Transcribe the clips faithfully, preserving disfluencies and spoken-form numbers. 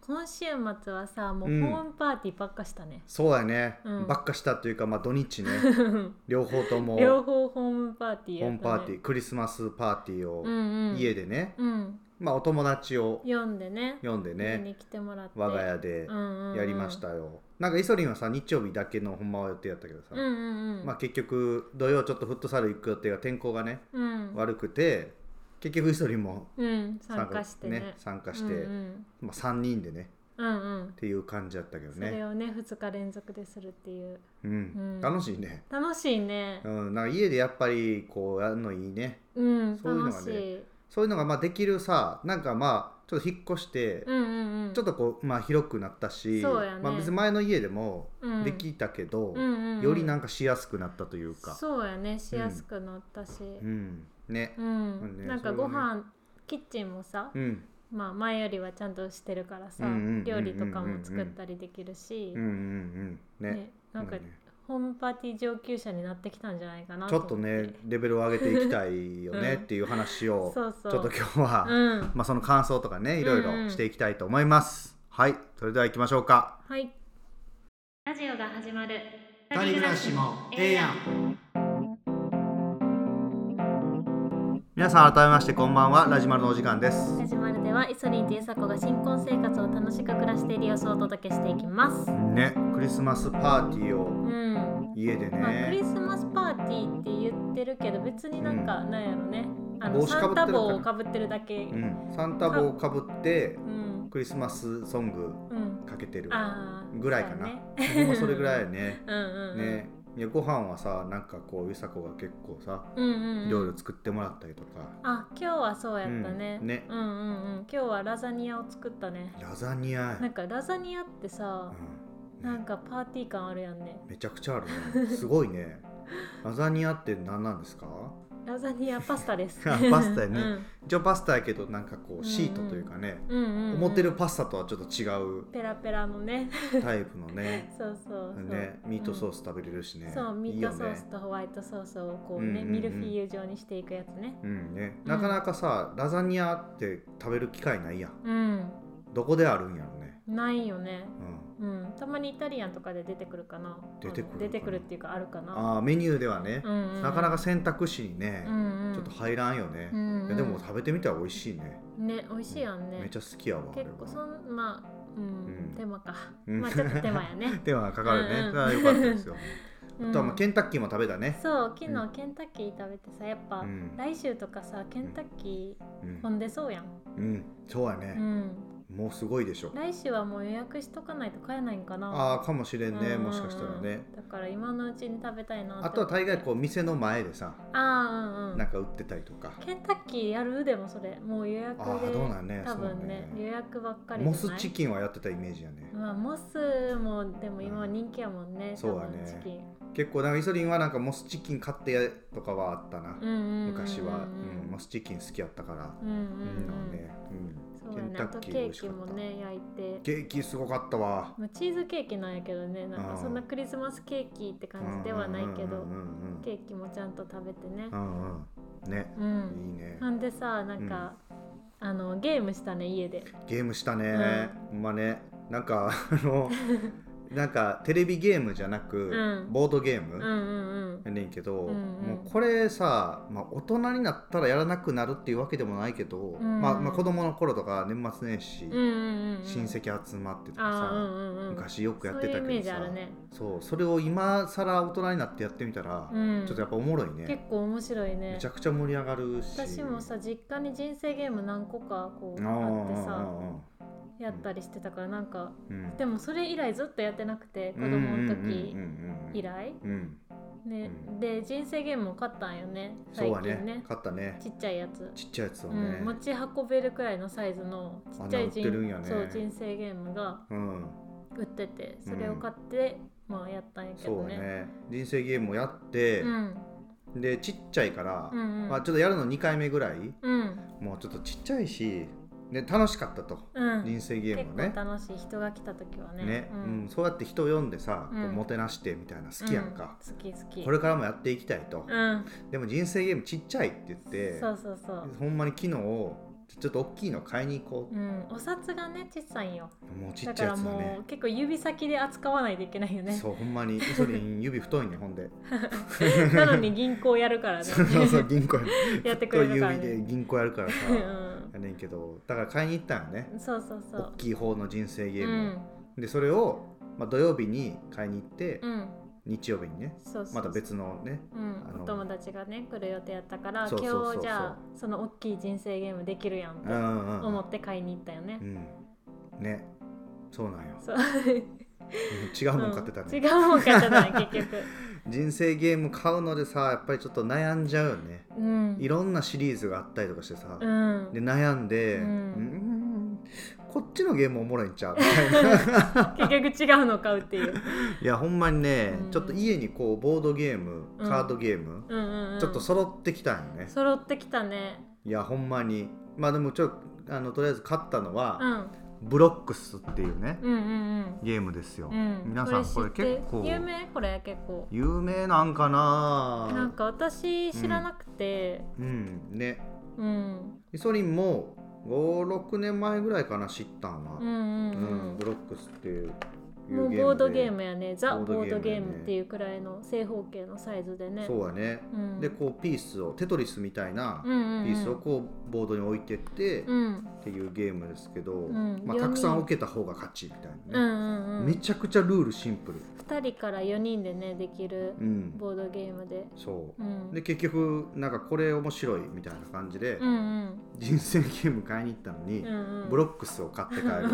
今週末はさもうホームパーティーばっかしたね、 うん、そうやね、 うん、 ばっかしたというか、まあ、土日ね両方とも両方ホームパーティーやったね。 ホームパーティークリスマスパーティーを家でね、 うんうん、 まあ、お友達を呼んでね呼んでねに来てもらって我が家でやりましたよ、うんうんうん、なんかイソリンはさ日曜日だけのほんまは予定やったけどさ、 うんうんうん、 まあ、結局土曜ちょっとフットサル行く予定が天候がね、うん、悪くて結局イソリンも参加してね、 参加して、 うんうんまあ、さんにんでね、 うんうん、 っていう感じだったけどね。 それをねふつか連続でするっていう、 うんうん、楽しいね。 楽しいね、 うん、なんか家でやっぱりこうやるのいいね、 うん、 そういうのがねそういうのがまあできるさ、なんかまあちょっと引っ越して、うんうんうん、ちょっとこうまあ広くなったし、そうやね、まあ、別に前の家でもできたけど、うんうんうん、よりなんかしやすくなったというか、 そうやね、しやすくなったし、 うん、うん、ね、 うん、ね、なんかご飯、ね、キッチンもさ、うん、まあ、前よりはちゃんとしてるからさ、うんうんうんうん、料理とかも作ったりできるし、うんうんうんねね、なんか、うんね、ホームパーティー上級者になってきたんじゃないかなと思って、 ちょっとねレベルを上げていきたいよねっていう話を、うん、そうそうちょっと今日は、うんまあ、その感想とかねいろいろしていきたいと思います、うんうん、はい、それでは行きましょうか。 はい、ラジオが始まる。 二人暮らしもええやん。皆さん改めましてこんばんは。ラジマルのお時間です。 ラジマルではイソリンとユサコが新婚生活を楽しく暮らしている様子をお届けしていきますね。クリスマスパーティーを、うん、家でね、 まあ、クリスマスパーティーって言ってるけど別になんか、うん、なんやろね、あのサンタ帽をかぶってるだけ、うん、 サンタ帽をかぶって、うん、クリスマスソングかけてるぐらいかな、うん、もうそれぐらいやねうんうん、うん、ね。いやご飯はさなんかこうゆさこが結構さ、うんうんうん、料理作ってもらったりとか、 あ今日はそうやったね、うん、ね、うんうんうん、今日はラザニアを作ったね。 ラザニアなんかラザニアってさ、うんね、なんかパーティー感あるやんね。 めちゃくちゃあるねすごいねラザニアって何なんですか？ ラザニアパスタですパスタやね、うん、一応パスタやけどなんかこうシートというかね、うんうんうんうん、思ってるパスタとはちょっと違うペラペラのねタイプのねそうそうそう、 ね、ミートソース食べれるしね、 うん、そうミートソースとホワイトソースをこうね、うんうんうん、ミルフィーユ状にしていくやつね、 うんね、なかなかさ、うん、ラザニアって食べる機会ないやん、うん、どこであるんやろね。ないよね、うんうん、たまにイタリアンとかで出てくるかな。 出てくる出てくるっていうかあるかな。 あメニューではね、うんうん、なかなか選択肢にね、うんうん、ちょっと入らんよね、うんうん、いやでも食べてみたら美味しいね。 ね美味しいやんね、 めっちゃ好きやわ。 結構そんまあ、うんうん、手間か、まあちょっと手間やね手間がかかるね、うんうん、それは良かったですよあとはまあケンタッキーも食べたね。 そう昨日ケンタッキー食べてさ、やっぱ、うん、来週とかさケンタッキー混んでそうやん。 うん、うん、そうやね、うんもうすごいでしょ。 来週はもう予約しとかないと買えないんかな。 ああかもしれんね、もしかしたらね。 だから今のうちに食べたいなって。 あとは大概こう店の前でさ、あ、うんうん、なんか売ってたりとか。 ケンタッキーやるでもそれもう予約で。あどうなんね、 多分 ね, ね予約ばっかりじゃない。モスチキンはやってたイメージやね。 まあモスもでも今は人気やもんね、うん、 そうやね。チキン結構なんかイソリンはなんかモスチキン買ってやとかはあったな、うんうんうんうん、昔は、うん、モスチキン好きやったから、うんうんうんうんねうん、ケンタッキー美味しかった。ケーキもね焼いて。 ケーキすごかったわ。 まあ、チーズケーキなんやけどね、なんかそんなクリスマスケーキって感じではないけど、ケーキもちゃんと食べてね。うんうん、ね、うん、いいね。なんでさなんか、うん、あのゲームしたね家で。 ゲームしたね。ほんまねなんかあの。なんかテレビゲームじゃなく、うん、ボードゲームやねんけど、うんうん、もうこれさ、まあ、大人になったらやらなくなるっていうわけでもないけど、うんまあ、まあ子供の頃とか年末年始、うんうんうん、親戚集まってとかさ、うんうんうん、昔よくやってたけどさ、そういうイメージあるね。そうそれを今更大人になってやってみたら、うん、ちょっとやっぱおもろいね。結構面白いね。 めちゃくちゃ盛り上がるし、 私もさ実家に人生ゲーム何個かこうあってさやったりしてたからなんか、うん、でもそれ以来ずっとやってなくて子供の時以来、うんねうん、で人生ゲームも買ったんよね最近 ね, そうね買ったね。ちっちゃいやつちっちゃいやつをね、 うん、持ち運べるくらいのサイズのちっちゃい 人,、ね、そう人生ゲームが売ってて、それを買って、うん、まあやったんやけど ね, そうね人生ゲームをやって、うん、でちっちゃいから、うんうんまあ、ちょっとやるのにかいめぐらい、うん、もうちょっとちっちゃいしね、楽しかったと、うん、人生ゲームね。 結構楽しい人が来た時はね、 ねうんうん、そうやって人を呼んでさ、うん、こうもてなしてみたいな好きやんか、 うん、好き好き。 これからもやっていきたいと、うん、でも人生ゲームちっちゃいって言ってそうそうそうほんまに昨日ちょっと大きいの買いに行こう、 うん、お札がね小さいんよ。 もうちっちゃいやつだね。 だからもう結構指先で扱わないといけないよね。 そうほんまにイソリン指太いねほんでなのに銀行やるからねそうそう銀行やってくれるからね。 指で銀行やるからさ、 うん、 やねんけどだから買いに行ったんよね。 そうそうそう、 大きい方の人生ゲームを、 うん、 でそれを、まあ、土曜日に買いに行って、 うん、 日曜日にね、 そうそうそう、 また別のね、 うん、 あのお友達がね来る予定やったから、 そうそうそうそう今日じゃあその大きい人生ゲームできるやんって思って買いに行ったよね。 うんうん、ねそうなんよ。 そう違うもん買ってたね、 うん、違うもん買ってたね結局人生ゲーム買うのでさやっぱりちょっと悩んじゃうよね、 うん、 いろんなシリーズがあったりとかしてさ、 うん、 で悩んで、 うんうん、こっちのゲームおもろいんちゃうみたいな結局違うの買うっていういやほんまにね、 うん、 ちょっと家にこうボードゲームカードゲーム、 うんうんうん、 ちょっと揃ってきたんよね。 揃ってきたね。 いやほんまにまあでもちょっとあのとりあえず買ったのは、 うん、 ブロックスっていうね、 うんうんうん、 ゲームですよ、 うん、 皆さんこれ結構有名？これ結構有名なんかな。 なんか私知らなくて、 うん、うん、ね、 うん、 イソリンもご、ろくねんまえぐらいかな知ったんは、 うんうんうんうん、ブロックスっていうもうボードゲームやね。ザ・ボボードゲームやねードゲームっていうくらいの正方形のサイズでね。 そうやね、うん、でこうピースをテトリスみたいなピースをこうボードに置いてって、うん、っていうゲームですけど、うん、まあ、たくさん置けた方が勝ちみたいなね、うんうんうん、めちゃくちゃルールシンプル。 ふたりからよにんでねできるボードゲームで、 うん、そう、うん、で結局なんかこれ面白いみたいな感じで、うんうん、人生ゲーム買いに行ったのに、うんうん、ブロックスを買って帰るという、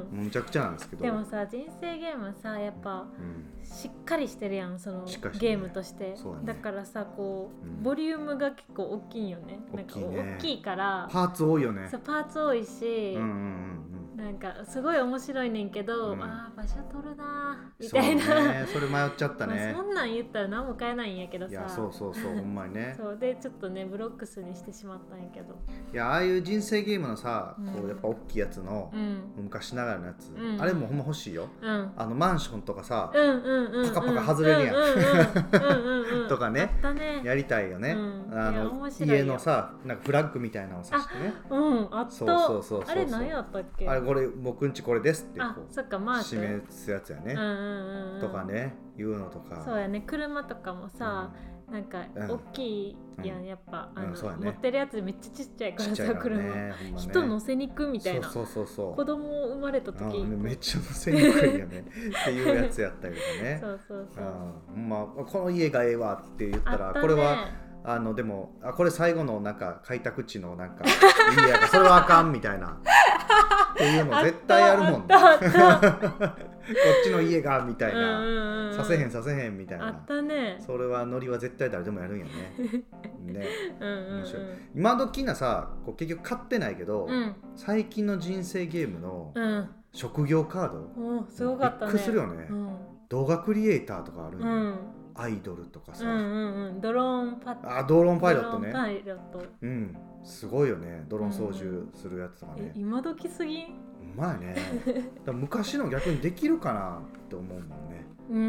むちゃくちゃなんですけど。 でもさ人生ゲームさやっぱ、うん、しっかりしてるやんその、ね、ゲームとして、ね、だからさこう、うん、ボリュームが結構大きいよね。なんか大きいからパーツ多いよね。 そうパーツ多いし、 うんうんうんなんかすごい面白いねんけど、うん、あー場所取るなみたいな。 そうね、それ迷っちゃったね。 そんなん言ったら何も買えないんやけどさ。 いやそうそうそうほんまにねそうでちょっとねブロックスにしてしまったんやけど。 いやああいう人生ゲームのさ、うん、こうやっぱ大きいやつの、うん、昔ながらのやつ、うん、あれもほんま欲しいよ、うん、あのマンションとかさ、うんうんうんうん、パカパカ外れるやんとかね、 ねやりたいよね、うん、あの家のさなんかフラッグみたいなのをさしてね。 あ、うん、あった。 そうそうそうそう。 あれ何やったっけ。 あれこれ僕んちこれですってこうあ、そっかマーク示すやつやね、うんうんうん、とかねいうのとか。 そうやね車とかもさ、うん、なんか大きいやん、うん、やっぱあの、うんね、持ってるやつめっちゃちっちゃいからさ、ね、車、ね、人乗せにくみたいな。 そうそうそうそう。 子供生まれた時、 うん、めっちゃ乗せにくいよねっていうやつやったりとかね。 そうそうそう。 うん、まあこの家がええわって言ったら、ね、これはあのでもあこれ最後のなんか開拓地のなんかいやそれはあかんみたいなっていうの絶対やるもんね。こっちの家がみたいな、うんうんうん、させへんさせへんみたいな。 あったね。 それはノリは絶対誰でもやるんやね。ね、うんうんうん、面白い。今時なさこう結局買ってないけど、うん、最近の人生ゲームの職業カード、 うん、すごかったね。 びっくりするよね、うん、動画クリエイターとかあるんや、うん、アイドルとかさ、 うんうんうん、ドローンパあドローンパイロットね。 ドローンパイロット、 うん、すごいよねドローン操縦するやつとかね、 うん、今時すぎん。 うまいね。だ昔の逆にできるかなって思うもんね。うん。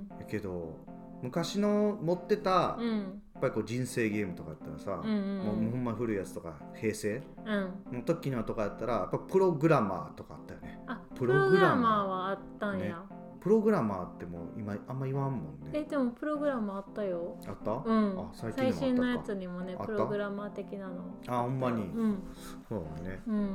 だけど昔の持ってた、うん、やっぱりこう人生ゲームとかだったらさ、うんうん、もうほんま古いやつとか平成、うん、の時のとかだったらやっぱプログラマーとかあったよね。 あプログラマーはあったんや、ね。 プログラマーってもう今あんま言わんもんね。 えでもプログラマーあったよ。 あった？ うん。 あ最近最新のやつにもねプログラマー的なの。 あほんまに。うん。そうだね。うんうんうん。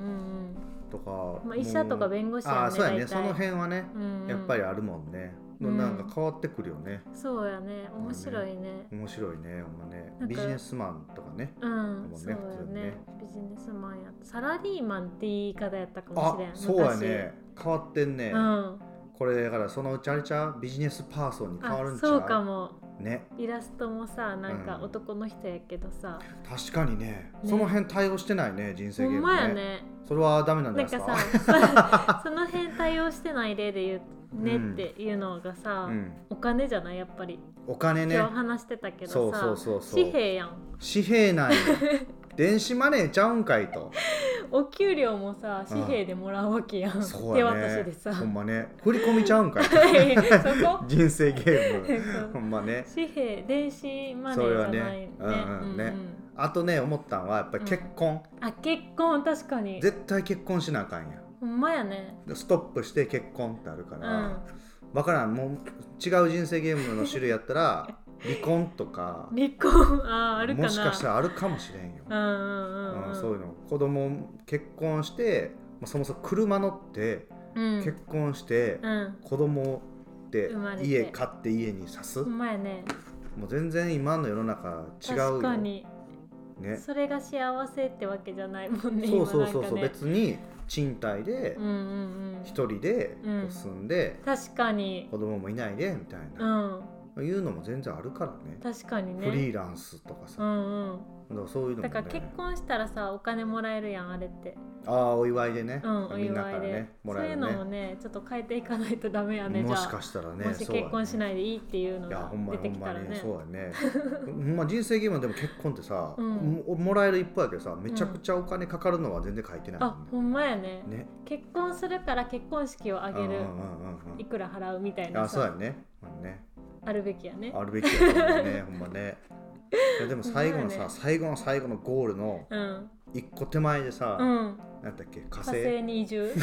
とか。 まあ医者とか弁護士やね。 あそうやねその辺はね、うんうん、やっぱりあるもんね。なんか変わってくるよね。 うん、そうやね面白いね。 面白いねほんまね。ビジネスマンとかね。 うん。ね、そうやね、ね。ビジネスマンやサラリーマンって言い方やったかもしれん。 あそうやね変わってんね。うん。これだからそのうちあれちゃうビジネスパーソンに変わるんちゃう。 そうかもね。 イラストもさなんか男の人やけどさ、 うん、確かに ね, ねその辺対応してないね人生ゲームね。 ほんまやね。 それはダメなんですか。 なんかさその辺対応してない例で言うねっていうのがさ、うん、お金じゃないやっぱり。 お金ね。 今日話してたけどさそうそうそうそう紙幣やん。 紙幣なんや電子マネーちゃうんかいと。 お給料もさ紙幣でもらうわけやん、うん、手渡しでさほんまね振り込みちゃうんかいそこ人生ゲームほんまね紙幣電子マネーじゃないね。 それはね、うんうんね、 あとね思ったんはやっぱり結婚、 うん、あ結婚確かに絶対結婚しなあかんや。 ほんまやね。 ストップして結婚ってあるから、 うん、 分からん、もう違う人生ゲームの種類やったら離婚とか離婚ああるかな、 もしかしたらあるかもしれんよ、 うんうんうん、うん、 そういうの子供結婚してそもそも車乗って、うん、結婚して、うん、子供で家買って家に刺す、 ほんまやね。 もう全然今の世の中違うよ。 確かに、ね、それが幸せってわけじゃないもんね。そうそうそうそう、 ね、別に賃貸で一人で住んで、 うん、確かに子供もいないでみたいな、うん、いうのも全然あるからね。 確かにね。 フリーランスとかさ、 うんうん、だからそういうのも、ね、 だから結婚したらさお金もらえるやんあれって。 ああお祝いでね、 うん、お祝いで、 みんなからねもらえるね。 そういうのもねちょっと変えていかないとダメやね。 もしかしたらね、 もし結婚しないでいいっていうのが出てきたらね。 いやほんまにほんまにそうやねほんま人生ゲームでも結婚ってさ、うん、も, もらえる一方やけどさめちゃくちゃお金かかるのは全然書いてないもんね、 うん、あほんまや ね, ね結婚するから結婚式を挙げる、いくら払うみたいなさ。 あそうやね、うんねあるべきやね。 あるべきやねほんまね。いやでも最後のさ、ね、最後の最後のゴールの一個手前でさ、うん、なんだっけ火星、 火星に移住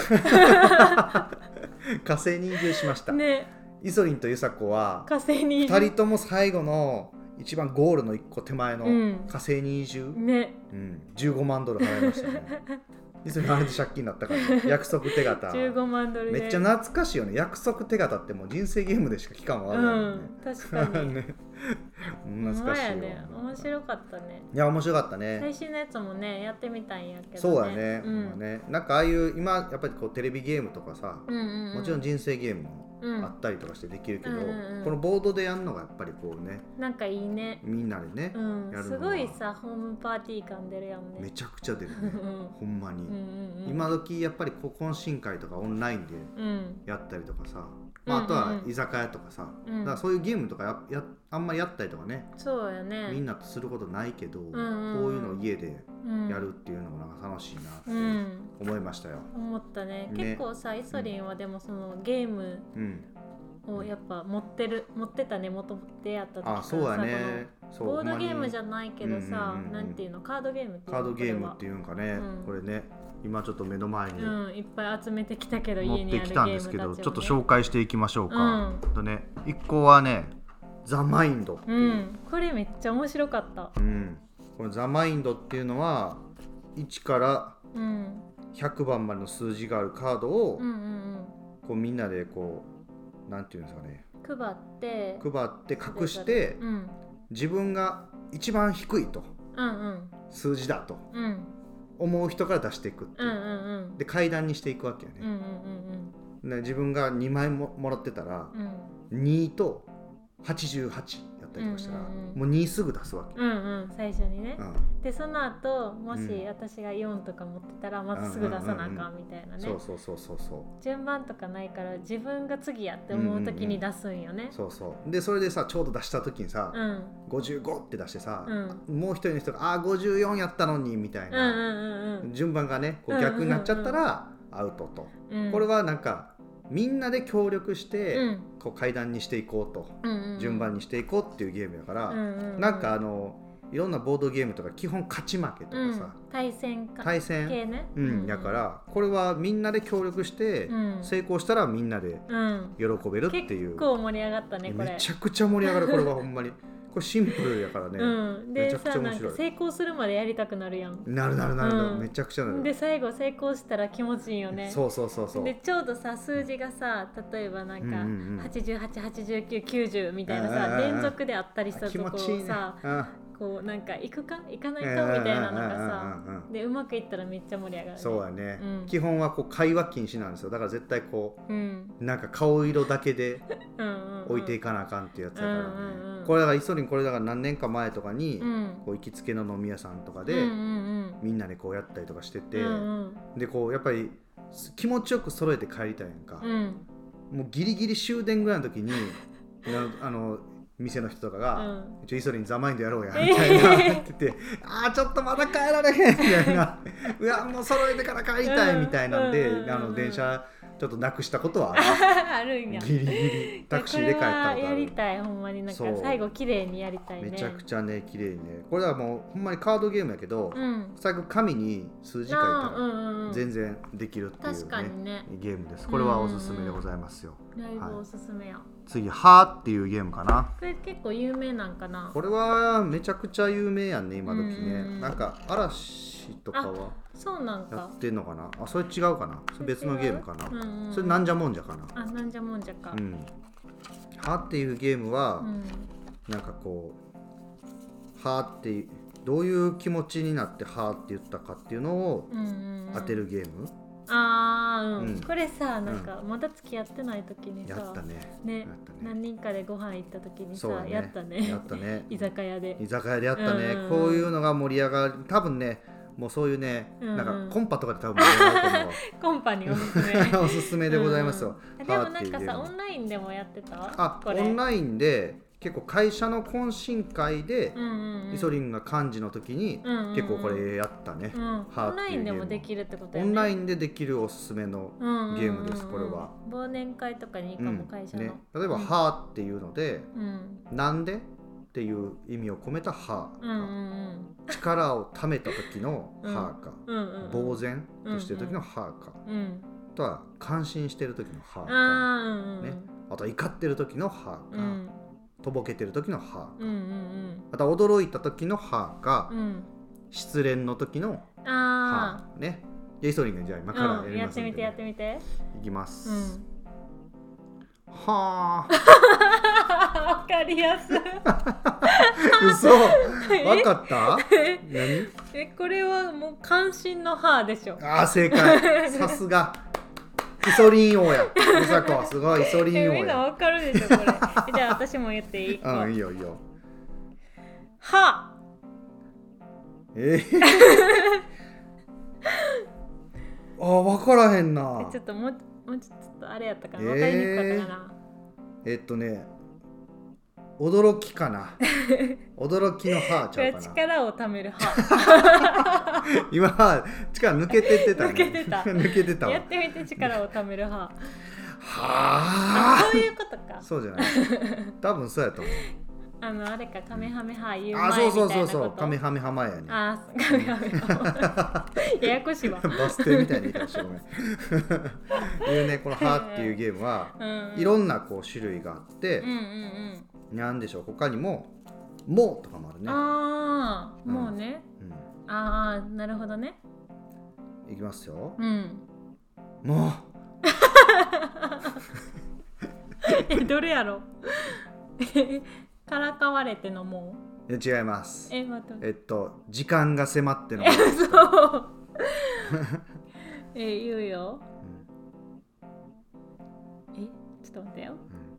火星に移住しましたね。 イソリンとユサコは火星に移住ふたりとも最後の一番ゴールの一個手前の火星に移住、うんねうん、じゅうごまんドル払いましたねいつもあれで借金になったから、ね、約束手形じゅうごまんドルでめっちゃ懐かしいよね。約束手形ってもう人生ゲームでしか期間はあるよね、うん、 確かにね、懐かしいよね。面白かったね。 いや面白かったね。 最新のやつもねやってみたんやけどね。 そうやね、うん、ねなんかああいう今やっぱりこうテレビゲームとかさ、うんうんうん、もちろん人生ゲームもあったりとかしてできるけど、うんうんうん、このボードでやるのがやっぱりこうねなんかいいね。 みんなでね、 うん、やるのすごいさホームパーティー感出るやんね。 めちゃくちゃ出るねほんまに、うんうんうん、今時やっぱり懇親会とかオンラインでやったりとかさ、うんまあ、あとは居酒屋とかさ、うんうん、だからそういうゲームとか ややあんまりやったりとかね。 そうやね。 みんなとすることないけど、うんうん、こういうのを家でやるっていうのもなんか楽しいなって思いましたよ、 うん、思ったね。結構さイソリンはでもそのゲームをやっぱ持ってる持ってたね。元々出会った時からさ。あそうやね。ボードゲームじゃないけどさ、うんうんうん、なんていうのカードゲームっていうのカードゲームっていうんかね、うん、これね今ちょっと目の前に、うん、いっぱい集めてきたけど家にあるゲームたちを、ね、持ってきたんですけどちょっと紹介していきましょうか、うんとね、いっこはねザ・マインドっていう、うん、これめっちゃ面白かった、うん、これザ・マインドっていうのはいちからひゃくばんまでの数字があるカードを、うんうんうん、こうみんなでこうなんていうんですかね配って配って隠して、うん、自分が一番低いと、うんうん、数字だと、うん思う人から出していくっていう、うんうんうん、で階段にしていくわけよね、うんうんうんうん、で自分がにまい も, もらってたら、うん、にとはちじゅうはちやったりとかしたら、うんうんうん、もうにすぐ出すわけ、うんうん、最初にね、うん、でその後もし私がよんとか持ってたらまずすぐ出さなあかんみたいなね、そうそうそうそうそう順番とかないから自分が次やって思う時に出すんよね、うんうんうん、そうそうでそれでさちょうど出した時にさ、うん、ごじゅうごって出してさ、うん、もう一人の人があーごじゅうよんやったのにみたいな、うんうんうん、順番がねこう逆になっちゃったらアウトと、うんうん、これはなんかみんなで協力して、うん、こう階段にしていこうと、うんうん、順番にしていこうっていうゲームだから、うんうんうん、なんかあのいろんなボードゲームとか基本勝ち負けとかさ、うん、対戦か対戦系ね、うん、やからこれはみんなで協力して、うん、成功したらみんなで喜べるっていう、うん、結構盛り上がったねこれめちゃくちゃ盛り上がるこれはほんまにこれシンプルやからね、うん、でめちゃくちゃ面白い。なんか成功するまでやりたくなるやん。なるなるなるなる、うん、めちゃくちゃなる。で最後成功したら気持ちいいよね。そうそうそうそう。でちょうどさ数字がさ例えばなんか、うんうんうん、はちじゅうはち、はちじゅうきゅう、きゅうじゅうみたいなさ連続であったりしたところをさ、ね、こうなんか行くか行かないかみたいなのがさ、でうまくいったらめっちゃ盛り上がる、ね、そうやね、うん、基本はこう会話禁止なんですよ。だから絶対こう、うん、なんか顔色だけで置いていかなあかんっていうやつだからね、うんうんうん、これだからイソリンこれだから何年か前とかに、うん、こう行きつけの飲み屋さんとかで、うんうんうん、みんなでこうやったりとかしてて、うんうん、でこうやっぱり気持ちよく揃えて帰りたいやんか、うん、もうギリギリ終電ぐらいの時にあの店の人とかが、うん、ちょイソリンザマインドやろうやみたいな言ってて、あーちょっとまだ帰られへんみたいなうわもう揃えてから帰りたいみたいなんで、うん、あの電車ちょっとなくしたことはあるあるんや。 ギリギリタクシーで帰ったことある。 やりたいほんまになんか最後綺麗にやりたいね。 めちゃくちゃね綺麗にね。これはもうほんまにカードゲームやけど、うん、最後紙に数字書いたら全然できるっていう、ね、 確かにねゲームです。これはおすすめでございますよ。 だいぶおすすめや。 はい、次はーっていうゲームかな。 これ結構有名なんかな。 これはめちゃくちゃ有名やんね今時ね。なんか嵐とかはそうなんかやってんのかな。あそれ違うかな。それ別のゲームかな。うんうん、それなんじゃもんじゃかな。 あなんじゃもんじゃか。 うん。はっていうゲームは、うん、なんかこうはってどういう気持ちになってはって言ったかっていうのを当てるゲーム。うんうんうん、 あー、うんうん、これさなんかまだ付き合ってない時にさ、 やったね、 ね、やったね何人かでご飯行った時にさ、ね、やったねやったね居酒屋で居酒屋でやったね、うんうん、こういうのが盛り上がる多分ねもうそういうね、うんうん、なんかコンパとかで多分盛り上がると思うコンパにおすすめおすすめでございますよ、 うん、でもなんかさオンラインでもやってたあオンラインで結構会社の懇親会で、うんうんうん、イソリンが幹事の時に、うんうんうん、結構これやったね、うん、 オンラインでもできるってことやね。オンラインでできるおすすめのゲームです、うんうんうん、これは忘年会とかにいいかも、会社の、ね、 例えば、うん、はーっていうので、うん、なんでっていう意味を込めたはーか、うんうんうん、力をためた時のはーか、うんうんうん、呆然としてる時のはーか、うんうん、あとは感心してる時のはーか、うんうんね、あとは怒ってる時のはーか、うんとぼけてる時のはーか、うんうんうん、あとは驚いた時のはーか、うん、失恋の時のはーね。イソリンがじゃあ今からやりますので、ね、うん、やってみてやってみていきます、うん、はーわかりやすい嘘わかった何えこれはもう関心のはーでしょ。 あー正解さすがイソリン王や。むさこすごいイソリン王や。 みんなわかるでしょこれ。じゃあ私も言っていい？ うんいいよいいよ。 は。 えー、あわからへんな。 ちょっともうもうちょっとあれやったかな。わかりにくかったかな。 えー、えっとね驚きかな。驚きのはちゃうかな。 力をためるは。 今は力抜けてってた、ね、 抜けてた抜けてたわ。 やってみて力をためるは。 はあ。 そういうことか。 そうじゃない。多分そうやと思う。 あのあれかカメハメハ言う前みたいなこと。あそうそうそうそうカメハメハ前やね。 あカメハメハ。ややこしいわ。 バス停みたいに言いたらしょごめん。いうねこのはっていうゲームは、うんうん、いろんなこう種類があって、うんうんうん、なんでしょう他にももうとかもあるね。 ああ、うん、もうね。うん、ああなるほどね。 いきますよ。 うん。 もう。 えどれやろ。からかわれてのもう。違います。 え待って。 えっと時間が迫ってのもう。 そう。え言うよ。うん、えちょっと待ってよ。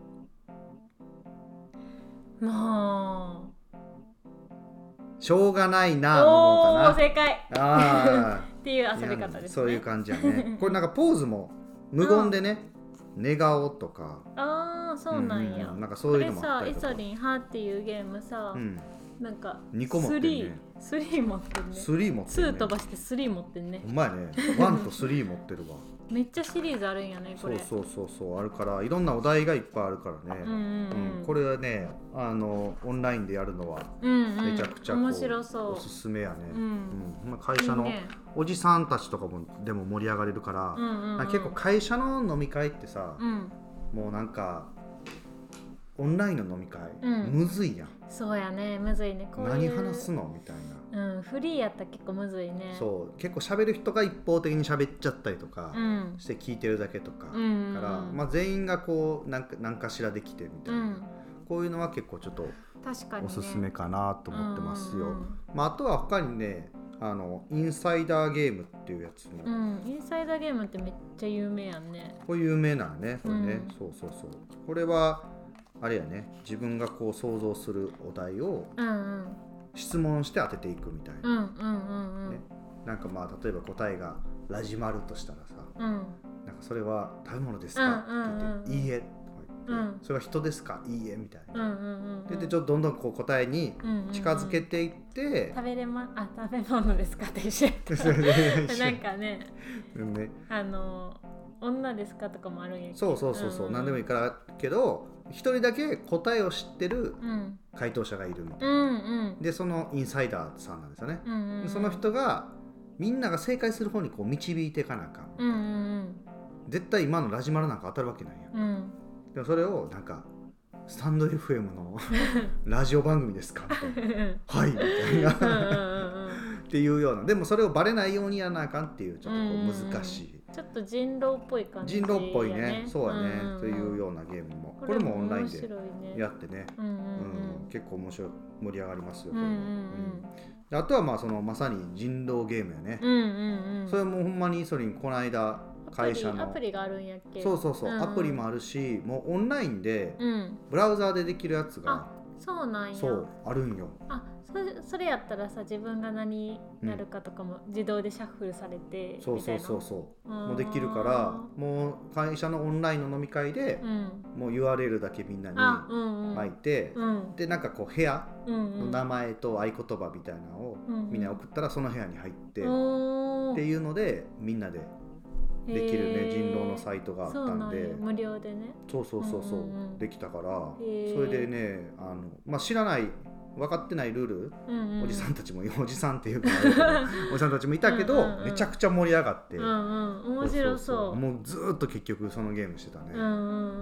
うん、もう。 しょうがないなのかな。 おー正解。 あっていう遊び方ですね。 そういう感じやね。これなんかポーズも無言でね、寝顔とか。 ああそうなんや。 うんうん、なんかそういうのもあったりとか。 これさイソリンはっていうゲームさ、うん、なんかにこ持ってるね。 スリー持ってるね。 スリー持ってるね。 ツー飛ばしてスリー持ってるね。 うまいね。ワンとスリー持ってるわ。 めっちゃシリーズあるんやねこれ。 そうそうそうそうあるからいろんなお題がいっぱいあるからね。うんうんうんうん、これはねあのオンラインでやるのはめちゃくちゃこう、うんうん、面白そうおすすめやね。うんうん、会社のおじさんたちとかもでも盛り上がれるから、うんうんうん、結構会社の飲み会ってさ、うん、もうなんかオンラインの飲み会、うん、むずいやん。 そうやねむずいねこういう何話すのみたいな。 うん、フリーやったら結構むずいね。 そう結構喋る人が一方的に喋っちゃったりとかして聞いてるだけとか、うん、から、まあ、全員がこう何か、何かしらできてみたいな、うん、こういうのは結構ちょっとおすすめかなと思ってますよ。ねまあ、あとは他にねあのインサイダーゲームっていうやつも、うん、 インサイダーゲームってめっちゃ有名やんね。 これ有名なのねこれね、うん、そうそうそうこれはあれやね自分がこう想像するお題を、うんうん質問して当てていくみたいな、うんうんうんうんね、なんかまあ例えば答えがラジマルとしたらさ、うん、なんかそれは食べ物ですか、うんうんうん、って言っていいえとか言ってで、うん、それは人ですかいいえみたいな、 うんうんうんうん、 でちょっとどんどんこう答えに近づけていって、うんうんうん、 食べれまあ食べ物ですかって一緒やったなんかね、ね、あの女ですかとかもあるんやけど、 そうそうそうそう、うんうん、何でもいいからけど一人だけ答えを知ってる回答者がいるみたいな、うんうん、でそのインサイダーさんなんですよね、うんうんうん、その人がみんなが正解する方にこう導いていかなあかん、うんうんうん、絶対今のラジマルなんか当たるわけないや、うん、でもそれをなんかスタンド エフエム のラジオ番組ですかみたいなはいみたいなっていうような、でもそれをバレないようにやらなあかんっていうちょっとこう難しい、うん、 ちょっと人狼っぽい感じ、ね、 人狼っぽいね、そうやね、うんうん、というようなゲームもこれもオンラインでやってね、うんうんうんうん、結構面白い盛り上がりますよこれは、うんうんうん、あとはまあそのまさに人狼ゲームやね、うんうんうん、それもほんまにそれにこの間会社のアプリがあるんやっけ、 そうそうそう、うんうん、アプリもあるしもうオンラインでブラウザーでできるやつが、うん、 あそうなんや、 そうあるんよ。 あそれ、それやったらさ自分が何やるかとかも自動でシャッフルされて、うん、 そうそうそうそうもうできるからもう会社のオンラインの飲み会で、うん、もう ユーアールエル だけみんなに書いて、うんうん、でなんかこう部屋の名前と合言葉みたいなのをみんな送ったらその部屋に入って、うんうん、っていうのでみんなでできるね人狼のサイトがあったんで、 無料でね、 そうそうそうそう、うんうん、できたからそれでねあの、まあ、知らない分かってないルール、うんうん、おじさんたちもおじさんっていうかおじさんたちもいたけどうんうん、うん、めちゃくちゃ盛り上がって、うんうん、 面白そう、そうそうそうもうずっと結局そのゲームしてたね、うんうんうん、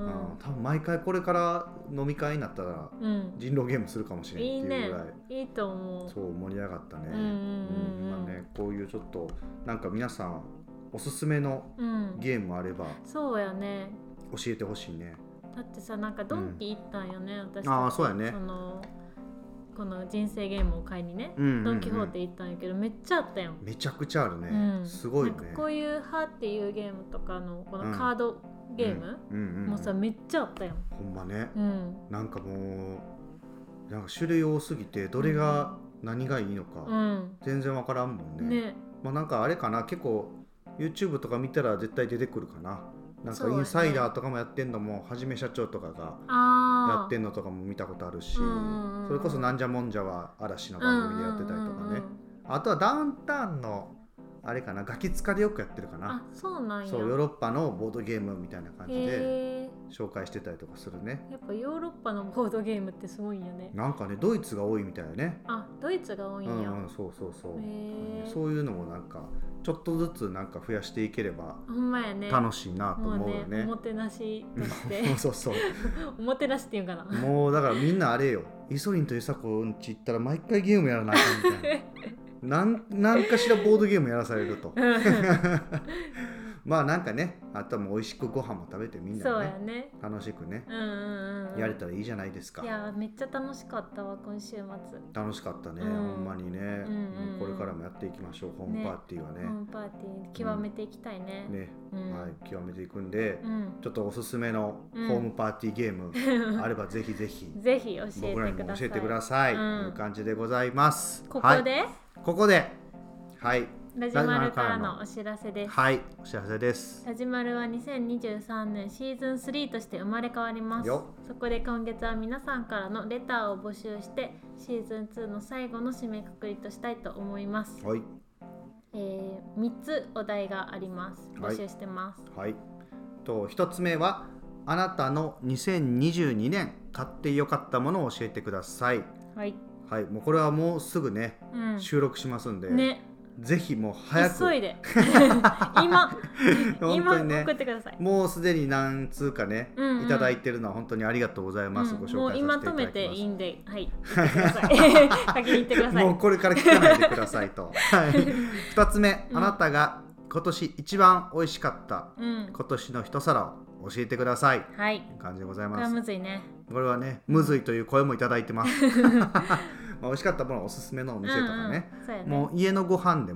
多分毎回これから飲み会になったら人狼ゲームするかもしれないっていうぐらい、 いいね、いいと思う、 そう盛り上がったね、うんうんうんうんまあね、こういうちょっとなんか皆さんおすすめのゲームあれば、うん、 そうやね教えてほしいね。 だってさなんかドンキ行ったんよね、うん、私たちあそうやねそのこの人生ゲームを買いにね、うんうんうん、ドンキホーテ行ったんやけどめっちゃあったよ。 めちゃくちゃあるね、うん、すごいね。 なんかこういうハっていうゲームとかのこのカードゲーム、うんうんうん、もうさめっちゃあったよ。 ほんまね、うん、なんかもうなんか種類多すぎてどれが何がいいのか、うん、全然わからんもんね。ね、まあ、なんかあれかな結構 YouTube とか見たら絶対出てくるかな。なんかインサイダーとかもやってんのもはじめ社長とかがやってんのとかも見たことあるし、それこそなんじゃもんじゃは嵐の番組でやってたりとかね、あとはダウンタウンのあれかなガキ使でよくやってるかな。 あそうなんや。 そうヨーロッパのボードゲームみたいな感じで紹介してたりとかするね。 やっぱヨーロッパのボードゲームってすごいんよね。 なんかねドイツが多いみたいなね。 あドイツが多いんや、 うんうん、そうそうそう、そういうのもなんかちょっとずつなんか増やしていければほんまやね楽しいなと思うよね。 もうねおもてなしとしてそうそうおもてなしっていうかな。 もうだからみんなあれよイソリンとイサコんち行ったら毎回ゲームやらなあかんみたいななんなんかしらボードゲームやらされるとまあなんかねあとはもう美味しくご飯も食べてみんなで、ね、 そうやね楽しくね、うんうんうん、やれたらいいじゃないですか。 いやめっちゃ楽しかったわ今週末。 楽しかったね、うん、ほんまにね、うんうんうん、これからもやっていきましょうホームパーティーはね。 ホームパーティー極めていきたいね、うん、 ね、うん、はい極めていくんで、うん、ちょっとおすすめのホームパーティーゲーム、うん、あればぜひぜひぜひ教えてください。 僕らにも教えてください、うん、という感じでございます。 ここで、 はい、ここではいラジマルからのお知らせです。 はい、お知らせです。 ラジマルはにせんにじゅうさんねんシーズンスリーとして生まれ変わります。そこで今月は皆さんからのレターを募集してシーズンツーの最後の締めくくりとしたいと思います。はい。えー、みっつお題があります。募集してます。 はい。はい、とひとつめはあなたのにせんにじゅうにねん買ってよかったものを教えてください。はい。はい、もうこれはもうすぐね、うん、収録しますんで。ね。ぜひもう早く急いで今今送ってください。 もうすでに何通かね、うんうん、いただいてるのは本当にありがとうございます、うん、ご紹介させていただきます。 もう今止めていいんではい言ってください先に言ってください。 もうこれから聞かないでくださいと、はい、ふたつめ、うん、あなたが今年一番美味しかった、うん、今年の一皿を教えてください、はい、という感じでございます。 これはむずいね。 これはねむずいという声もいただいてますまあ美味しかったものおすすめのお店とかね、うんうん、うねもう家のご飯でも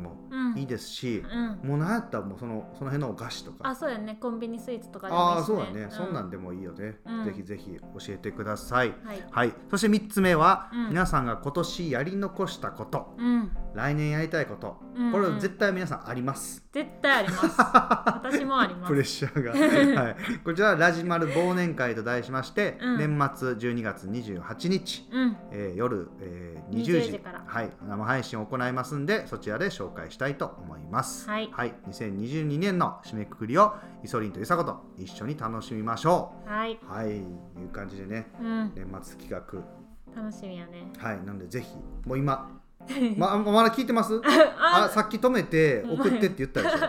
いいですし、うん、もうなんやったらもうそのその辺のお菓子とか、 あ、そうやね、コンビニスイーツとかでもいいしね。 あ、そうだね、うん、そんなんでもいいよね、うん、ぜひぜひ教えてください、 はいはい、そしてみっつめは、うん、皆さんが今年やり残したこと、うん、来年やりたいこと、うんうん、これは絶対皆さんあります。 絶対あります私もあります。 プレッシャーが、はい、こちらはラジマル忘年会と題しまして、うん、年末じゅうにがつにじゅうはちにち、うんえー、夜、えー、にじゅうじ、にじゅうじから、はい、生配信を行いますんで、そちらで紹介したいと思います。はい、はい、にせんにじゅうにねんの締めくくりをイソリンとイサコと一緒に楽しみましょう。はい、はい、いう感じでね、うん、年末企画楽しみやね。 はい、なのでぜひもう今ま, まだ聞いてますあ, あさっき止めて送ってって言ったでしょ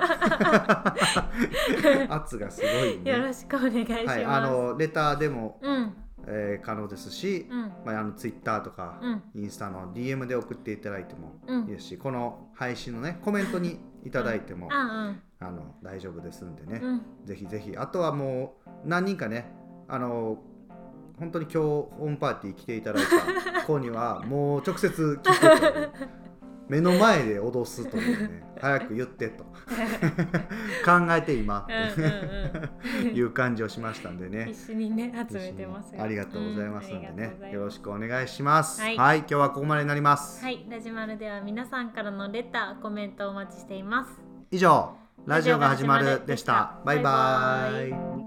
圧がすごいね。 よろしくお願いします、はい、 あのレターでも、うんえー、可能ですし、うんまあ、あのツイッターとか、うん、インスタの ディーエム で送っていただいてもいいですし、うん、この配信のねコメントにいただいても、うん、あの大丈夫ですんでね、うん、ぜひぜひ。あとはもう何人かね、あの本当に今日ホームパーティー来ていただいた子にはもう直接聞くという目の前で脅すというね早く言ってと考えて今っていう感じをしましたんでね、 一緒にね集めてますよ。 ありがとうございますんでね、うん、よろしくお願いします。はい、はい、今日はここまでになります。 はい、ラジマルでは皆さんからのレターコメントをお待ちしています。 以上ラジオが始まるでした。バイバイ。